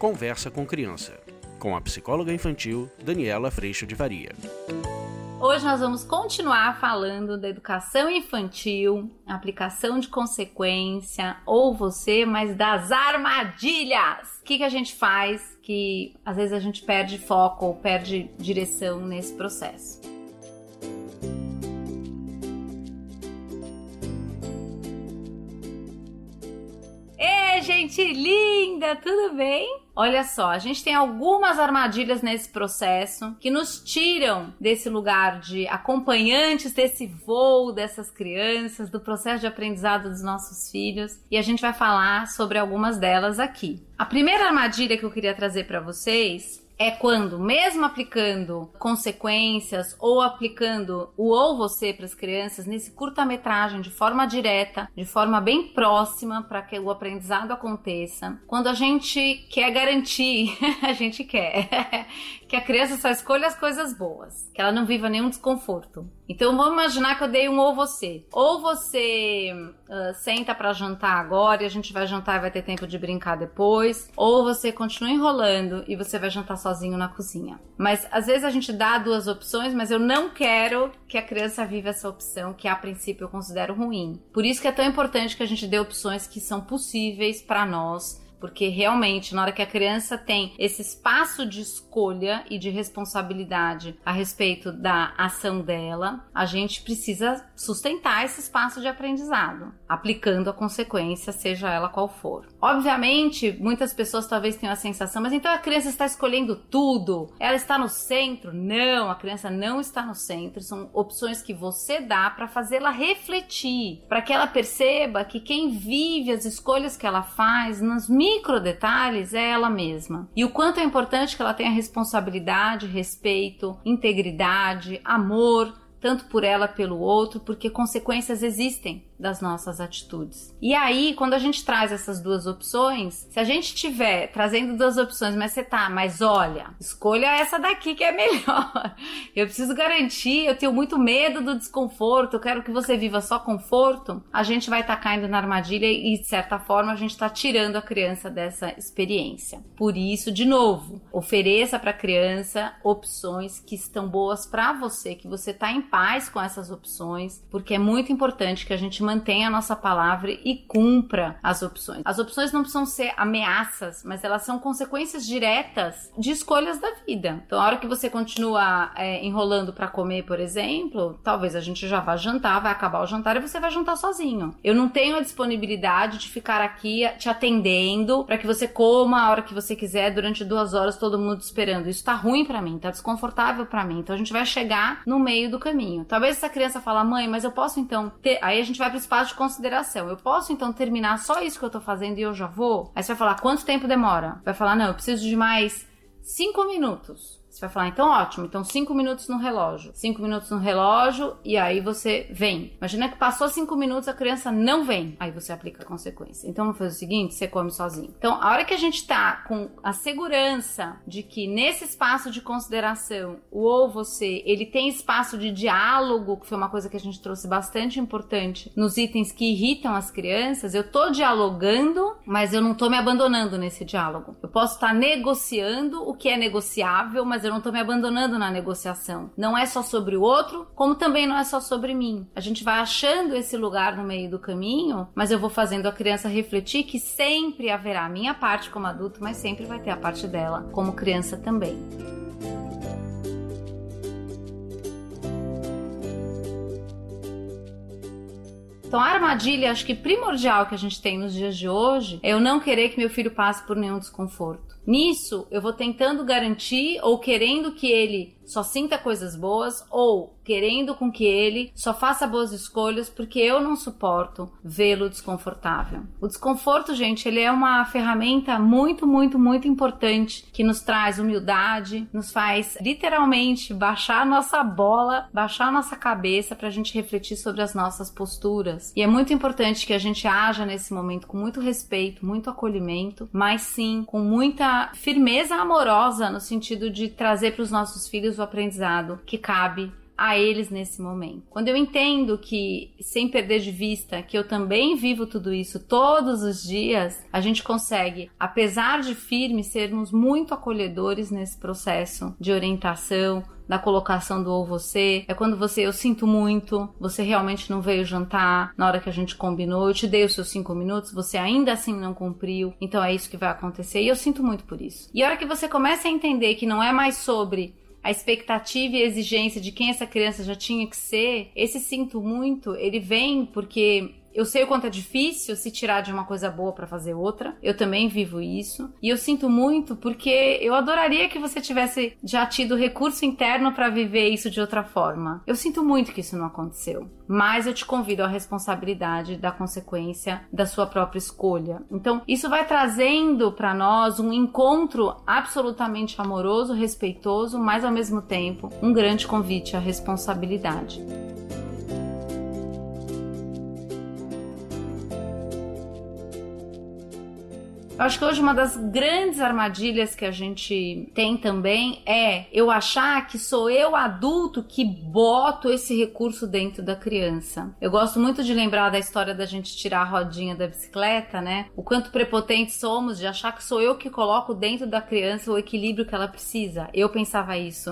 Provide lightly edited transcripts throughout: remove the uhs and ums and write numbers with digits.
Conversa com Criança, com a psicóloga infantil Daniela Freixo de Varia. Hoje nós vamos continuar falando da educação infantil, aplicação de consequência, ou você, mas das armadilhas. O que a gente faz que às vezes a gente perde foco ou perde direção nesse processo? Ei, gente linda, tudo bem? Olha só, a gente tem algumas armadilhas nesse processo que nos tiram desse lugar de acompanhantes desse voo dessas crianças, do processo de aprendizado dos nossos filhos, e a gente vai falar sobre algumas delas aqui. A primeira armadilha que eu queria trazer para vocês é quando, mesmo aplicando consequências ou aplicando o ou você para as crianças nesse curta-metragem de forma direta, de forma bem próxima para que o aprendizado aconteça, quando a gente quer garantir, a gente quer que a criança só escolha as coisas boas, que ela não viva nenhum desconforto. Então vamos imaginar que eu dei um ou você. Ou você senta para jantar agora e a gente vai jantar e vai ter tempo de brincar depois. Ou você continua enrolando e você vai jantar sozinho na cozinha. Mas às vezes a gente dá duas opções, mas eu não quero que a criança viva essa opção que a princípio eu considero ruim. Por isso que é tão importante que a gente dê opções que são possíveis para nós. Porque realmente, na hora que a criança tem esse espaço de escolha e de responsabilidade a respeito da ação dela, a gente precisa sustentar esse espaço de aprendizado, aplicando a consequência, seja ela qual for. Obviamente, muitas pessoas talvez tenham a sensação, mas então a criança está escolhendo tudo? Ela está no centro? Não, a criança não está no centro. São opções que você dá para fazê-la refletir, para que ela perceba que quem vive as escolhas que ela faz nas micro detalhes é ela mesma. E o quanto é importante que ela tenha responsabilidade, respeito, integridade, amor, tanto por ela pelo outro, porque consequências existem das nossas atitudes. E aí, quando a gente traz essas duas opções, se a gente estiver trazendo duas opções, mas olha, escolha essa daqui que é melhor. Eu preciso garantir, eu tenho muito medo do desconforto, eu quero que você viva só conforto, a gente vai estar caindo na armadilha e, de certa forma, a gente está tirando a criança dessa experiência. Por isso, de novo, ofereça para a criança opções que estão boas para você, que você está em paz com essas opções, porque é muito importante que a gente mantenha a nossa palavra e cumpra as opções. As opções não precisam ser ameaças, mas elas são consequências diretas de escolhas da vida. Então, a hora que você continua enrolando para comer, por exemplo, talvez a gente já vá jantar, vai acabar o jantar e você vai jantar sozinho. Eu não tenho a disponibilidade de ficar aqui te atendendo para que você coma a hora que você quiser durante 2 horas, todo mundo esperando. Isso tá ruim para mim, tá desconfortável para mim. Então, a gente vai chegar no meio do caminho. Talvez essa criança fale, mãe, mas eu posso então ter... Aí a gente vai pro espaço de consideração. Eu posso então terminar só isso que eu tô fazendo e eu já vou? Aí você vai falar, quanto tempo demora? Vai falar, não, eu preciso de mais 5 minutos. Você vai falar, então ótimo, então 5 minutos no relógio. 5 minutos no relógio e aí você vem. Imagina que passou 5 minutos, a criança não vem. Aí você aplica a consequência. Então vamos fazer o seguinte, você come sozinho. Então a hora que a gente tá com a segurança de que nesse espaço de consideração, o ou você, ele tem espaço de diálogo, que foi uma coisa que a gente trouxe bastante importante nos itens que irritam as crianças, eu tô dialogando, mas eu não tô me abandonando nesse diálogo. Eu posso estar negociando o que é negociável, mas eu não tô me abandonando na negociação. Não é só sobre o outro, como também não é só sobre mim. A gente vai achando esse lugar no meio do caminho, mas eu vou fazendo a criança refletir que sempre haverá a minha parte como adulto, mas sempre vai ter a parte dela como criança também. Então a armadilha, acho que primordial que a gente tem nos dias de hoje é eu não querer que meu filho passe por nenhum desconforto. Nisso, eu vou tentando garantir ou querendo que ele só sinta coisas boas ou querendo com que ele só faça boas escolhas porque eu não suporto vê-lo desconfortável. O desconforto, gente, ele é uma ferramenta muito, muito, muito importante que nos traz humildade, nos faz literalmente baixar a nossa bola, baixar a nossa cabeça pra gente refletir sobre as nossas posturas. E é muito importante que a gente haja nesse momento com muito respeito, muito acolhimento, mas sim com muita firmeza amorosa no sentido de trazer para os nossos filhos o aprendizado que cabe a eles nesse momento. Quando eu entendo que, sem perder de vista, que eu também vivo tudo isso todos os dias, a gente consegue, apesar de firme, sermos muito acolhedores nesse processo de orientação, da colocação do ou você. É quando eu sinto muito, você realmente não veio jantar na hora que a gente combinou, eu te dei os seus 5 minutos, você ainda assim não cumpriu, então é isso que vai acontecer, e eu sinto muito por isso. E a hora que você começa a entender que não é mais sobre a expectativa e a exigência de quem essa criança já tinha que ser, esse sinto muito, ele vem porque eu sei o quanto é difícil se tirar de uma coisa boa pra fazer outra. Eu também vivo isso. E eu sinto muito porque eu adoraria que você tivesse já tido recurso interno pra viver isso de outra forma. Eu sinto muito que isso não aconteceu. Mas eu te convido à responsabilidade da consequência da sua própria escolha. Então, isso vai trazendo pra nós um encontro absolutamente amoroso, respeitoso, mas ao mesmo tempo um grande convite à responsabilidade. Eu acho que hoje uma das grandes armadilhas que a gente tem também é eu achar que sou eu adulto que boto esse recurso dentro da criança. Eu gosto muito de lembrar da história da gente tirar a rodinha da bicicleta, né? O quanto prepotentes somos de achar que sou eu que coloco dentro da criança o equilíbrio que ela precisa. Eu pensava isso.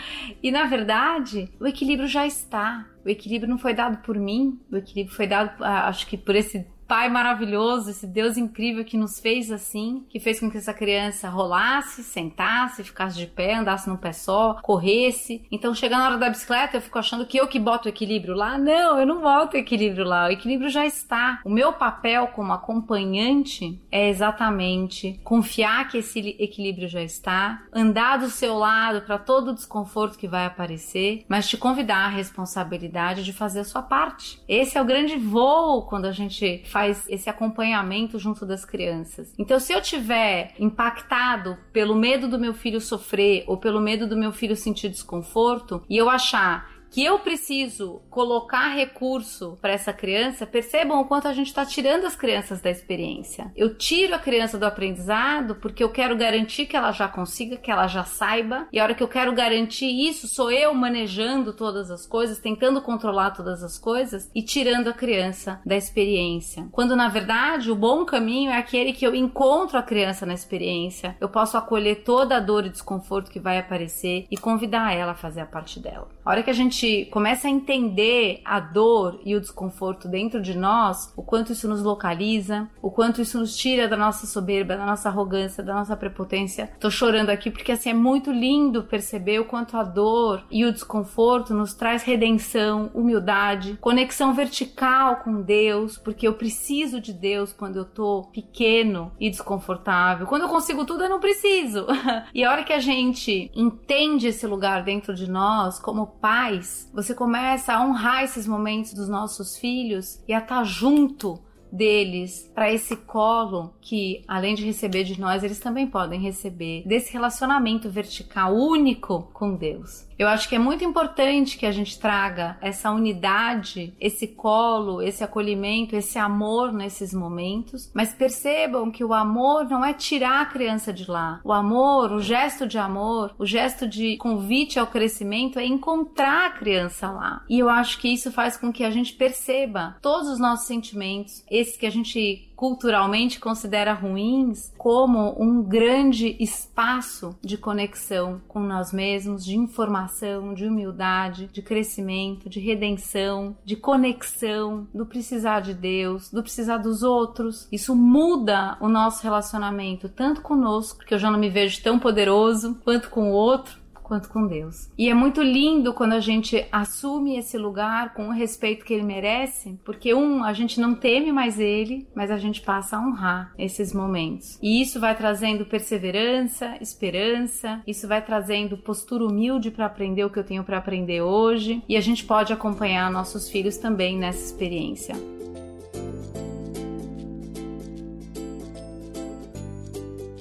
E na verdade, o equilíbrio já está. O equilíbrio não foi dado por mim, o equilíbrio foi dado, acho que por esse Pai maravilhoso, esse Deus incrível que nos fez assim, que fez com que essa criança rolasse, sentasse, ficasse de pé, andasse num pé só, corresse. Então, chega na hora da bicicleta, eu fico achando que eu que boto o equilíbrio lá. Não, eu não boto o equilíbrio lá. O equilíbrio já está. O meu papel como acompanhante é exatamente confiar que esse equilíbrio já está, andar do seu lado para todo o desconforto que vai aparecer, mas te convidar à responsabilidade de fazer a sua parte. Esse é o grande voo quando a gente faz esse acompanhamento junto das crianças. Então, se eu tiver impactado pelo medo do meu filho sofrer ou pelo medo do meu filho sentir desconforto e eu achar que eu preciso colocar recurso para essa criança, percebam o quanto a gente está tirando as crianças da experiência. Eu tiro a criança do aprendizado porque eu quero garantir que ela já consiga, que ela já saiba, e a hora que eu quero garantir isso, sou eu manejando todas as coisas, tentando controlar todas as coisas e tirando a criança da experiência. Quando, na verdade, o bom caminho é aquele que eu encontro a criança na experiência, eu posso acolher toda a dor e desconforto que vai aparecer e convidar ela a fazer a parte dela. A hora que a gente começa a entender a dor e o desconforto dentro de nós, o quanto isso nos localiza, o quanto isso nos tira da nossa soberba, da nossa arrogância, da nossa prepotência. Tô chorando aqui porque assim é muito lindo perceber o quanto a dor e o desconforto nos traz redenção, humildade, conexão vertical com Deus, porque eu preciso de Deus quando eu tô pequeno e desconfortável. Quando eu consigo tudo, eu não preciso. E a hora que a gente entende esse lugar dentro de nós, como pais, você começa a honrar esses momentos dos nossos filhos e a estar junto deles para esse colo que, além de receber de nós, eles também podem receber desse relacionamento vertical único com Deus. Eu acho que é muito importante que a gente traga essa unidade, esse colo, esse acolhimento, esse amor nesses momentos, mas percebam que o amor não é tirar a criança de lá. O amor, o gesto de amor, o gesto de convite ao crescimento é encontrar a criança lá. E eu acho que isso faz com que a gente perceba todos os nossos sentimentos, esses que a gente culturalmente considera ruins, como um grande espaço de conexão com nós mesmos, de informação, de humildade, de crescimento, de redenção, de conexão, do precisar de Deus, do precisar dos outros. Isso muda o nosso relacionamento, tanto conosco, porque eu já não me vejo tão poderoso, quanto com o outro, quanto com Deus. E é muito lindo quando a gente assume esse lugar com o respeito que ele merece, porque a gente não teme mais ele, mas a gente passa a honrar esses momentos. E isso vai trazendo perseverança, esperança, isso vai trazendo postura humilde para aprender o que eu tenho para aprender hoje, e a gente pode acompanhar nossos filhos também nessa experiência.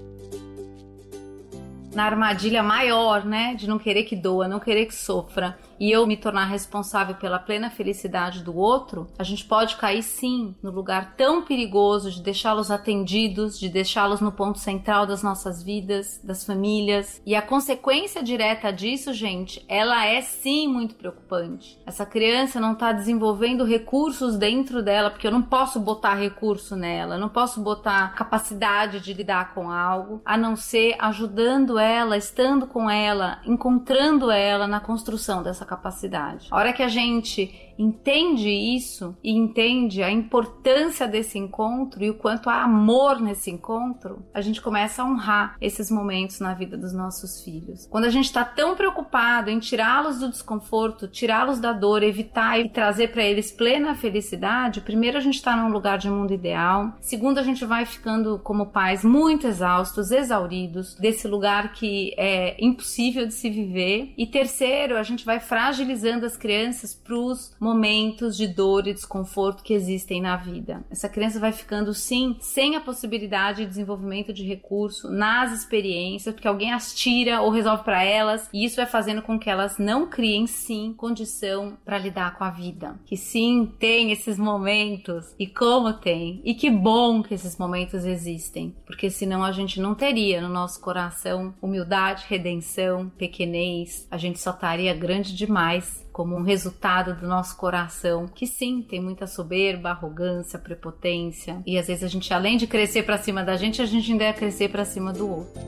Na armadilha maior, né, de não querer que doa, não querer que sofra. e eu me tornar responsável pela plena felicidade do outro, a gente pode cair sim no lugar tão perigoso de deixá-los atendidos, de deixá-los no ponto central das nossas vidas, das famílias. E a consequência direta disso, gente, ela é sim muito preocupante. Essa criança não está desenvolvendo recursos dentro dela, porque eu não posso botar recurso nela, eu não posso botar capacidade de lidar com algo, a não ser ajudando ela, estando com ela, encontrando ela na construção dessa capacidade. A hora que a gente entende isso e entende a importância desse encontro e o quanto há amor nesse encontro, a gente começa a honrar esses momentos na vida dos nossos filhos. Quando a gente está tão preocupado em tirá-los do desconforto, tirá-los da dor, evitar e trazer para eles plena felicidade, primeiro a gente está num lugar de mundo ideal, segundo a gente vai ficando como pais muito exaustos, exauridos desse lugar que é impossível de se viver, e terceiro, a gente vai fragilizando as crianças para os momentos de dor e desconforto que existem na vida. Essa criança vai ficando, sim, sem a possibilidade de desenvolvimento de recurso nas experiências, porque alguém as tira ou resolve para elas, e isso vai fazendo com que elas não criem, sim, condição para lidar com a vida. Que sim, tem esses momentos, e como tem, e que bom que esses momentos existem, porque senão a gente não teria no nosso coração humildade, redenção, pequenez, a gente só estaria grande demais como um resultado do nosso coração, que sim, tem muita soberba, arrogância, prepotência, e às vezes a gente, além de crescer para cima da gente, a gente ainda ia crescer para cima do outro.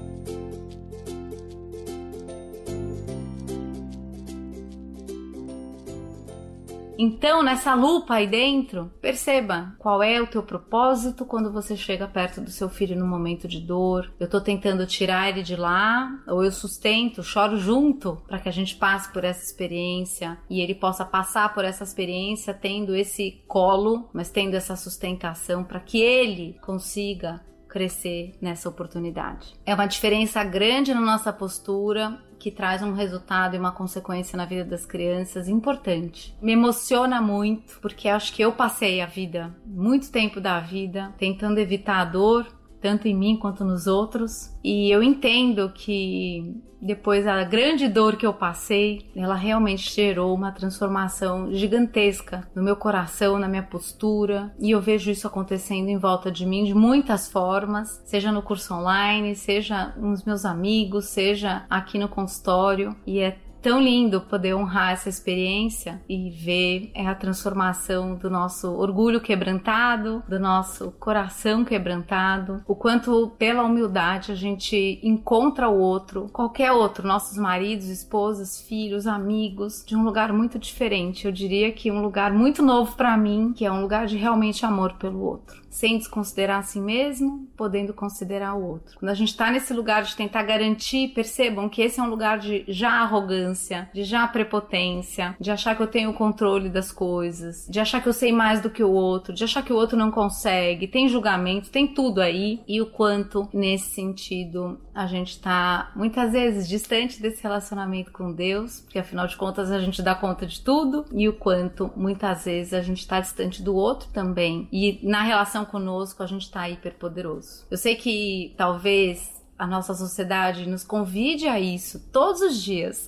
Então, nessa lupa aí dentro, perceba qual é o teu propósito quando você chega perto do seu filho no momento de dor. Eu tô tentando tirar ele de lá, ou eu sustento, choro junto para que a gente passe por essa experiência e ele possa passar por essa experiência tendo esse colo, mas tendo essa sustentação para que ele consiga crescer nessa oportunidade. É uma diferença grande na nossa postura, que traz um resultado e uma consequência na vida das crianças importante. Me emociona muito, porque acho que eu passei a vida, muito tempo da vida, tentando evitar a dor, tanto em mim quanto nos outros, e eu entendo que depois a grande dor que eu passei, ela realmente gerou uma transformação gigantesca no meu coração, na minha postura, e eu vejo isso acontecendo em volta de mim de muitas formas, seja no curso online, seja nos meus amigos, seja aqui no consultório, e é tão lindo poder honrar essa experiência e ver a transformação do nosso orgulho quebrantado, do nosso coração quebrantado, o quanto pela humildade a gente encontra o outro, qualquer outro, nossos maridos, esposas, filhos, amigos, de um lugar muito diferente. Eu diria que um lugar muito novo para mim, que é um lugar de realmente amor pelo outro, sem desconsiderar a si mesmo, podendo considerar o outro. Quando a gente tá nesse lugar de tentar garantir, percebam que esse é um lugar de já arrogância, de já prepotência, de achar que eu tenho o controle das coisas, de achar que eu sei mais do que o outro, de achar que o outro não consegue, tem julgamento, tem tudo aí, e o quanto nesse sentido a gente tá muitas vezes distante desse relacionamento com Deus, porque afinal de contas a gente dá conta de tudo, e o quanto muitas vezes a gente tá distante do outro também, e na relação conosco a gente tá hiperpoderoso. Eu sei que talvez a nossa sociedade nos convide a isso todos os dias,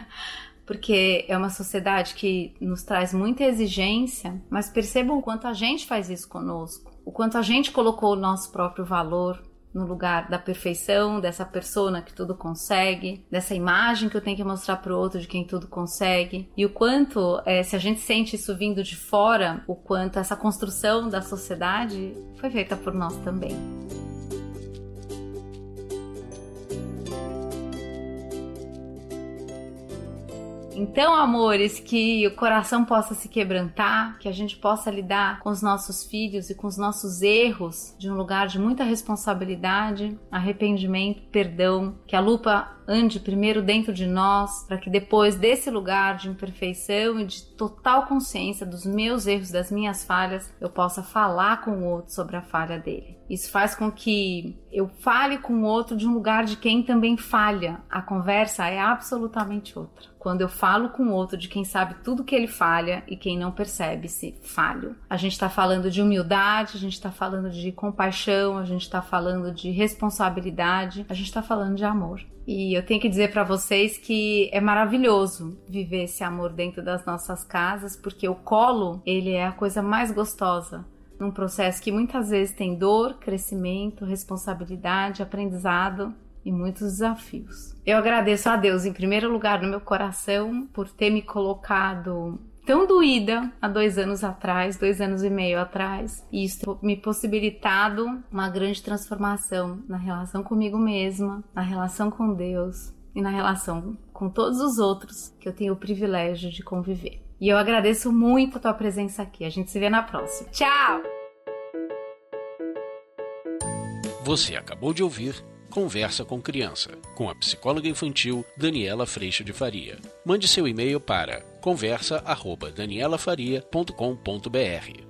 porque é uma sociedade que nos traz muita exigência, mas percebam o quanto a gente faz isso conosco, o quanto a gente colocou o nosso próprio valor no lugar da perfeição, dessa persona que tudo consegue, dessa imagem que eu tenho que mostrar para o outro de quem tudo consegue, e o quanto, se a gente sente isso vindo de fora, o quanto essa construção da sociedade foi feita por nós também. Então, amores, que o coração possa se quebrantar, que a gente possa lidar com os nossos filhos e com os nossos erros de um lugar de muita responsabilidade, arrependimento, perdão, que a lupa ande primeiro dentro de nós, para que depois desse lugar de imperfeição e de total consciência dos meus erros, das minhas falhas, eu possa falar com o outro sobre a falha dele. Isso faz com que eu fale com o outro de um lugar de quem também falha. A conversa é absolutamente outra. Quando eu falo com o outro de quem sabe tudo que ele falha e quem não percebe-se falho. A gente está falando de humildade, a gente está falando de compaixão, a gente está falando de responsabilidade, a gente está falando de amor. E eu tenho que dizer para vocês que é maravilhoso viver esse amor dentro das nossas casas, porque o colo, ele é a coisa mais gostosa num processo que muitas vezes tem dor, crescimento, responsabilidade, aprendizado e muitos desafios. Eu agradeço a Deus, em primeiro lugar, no meu coração, por ter me colocado tão doída há 2 anos atrás, 2 anos e meio atrás, e isso me possibilitado uma grande transformação na relação comigo mesma, na relação com Deus e na relação com todos os outros que eu tenho o privilégio de conviver. E eu agradeço muito a tua presença aqui. A gente se vê na próxima. Tchau! Você acabou de ouvir Conversa com Criança, com a psicóloga infantil Daniela Freixo de Faria. Mande seu e-mail para conversa@danielafaria.com.br.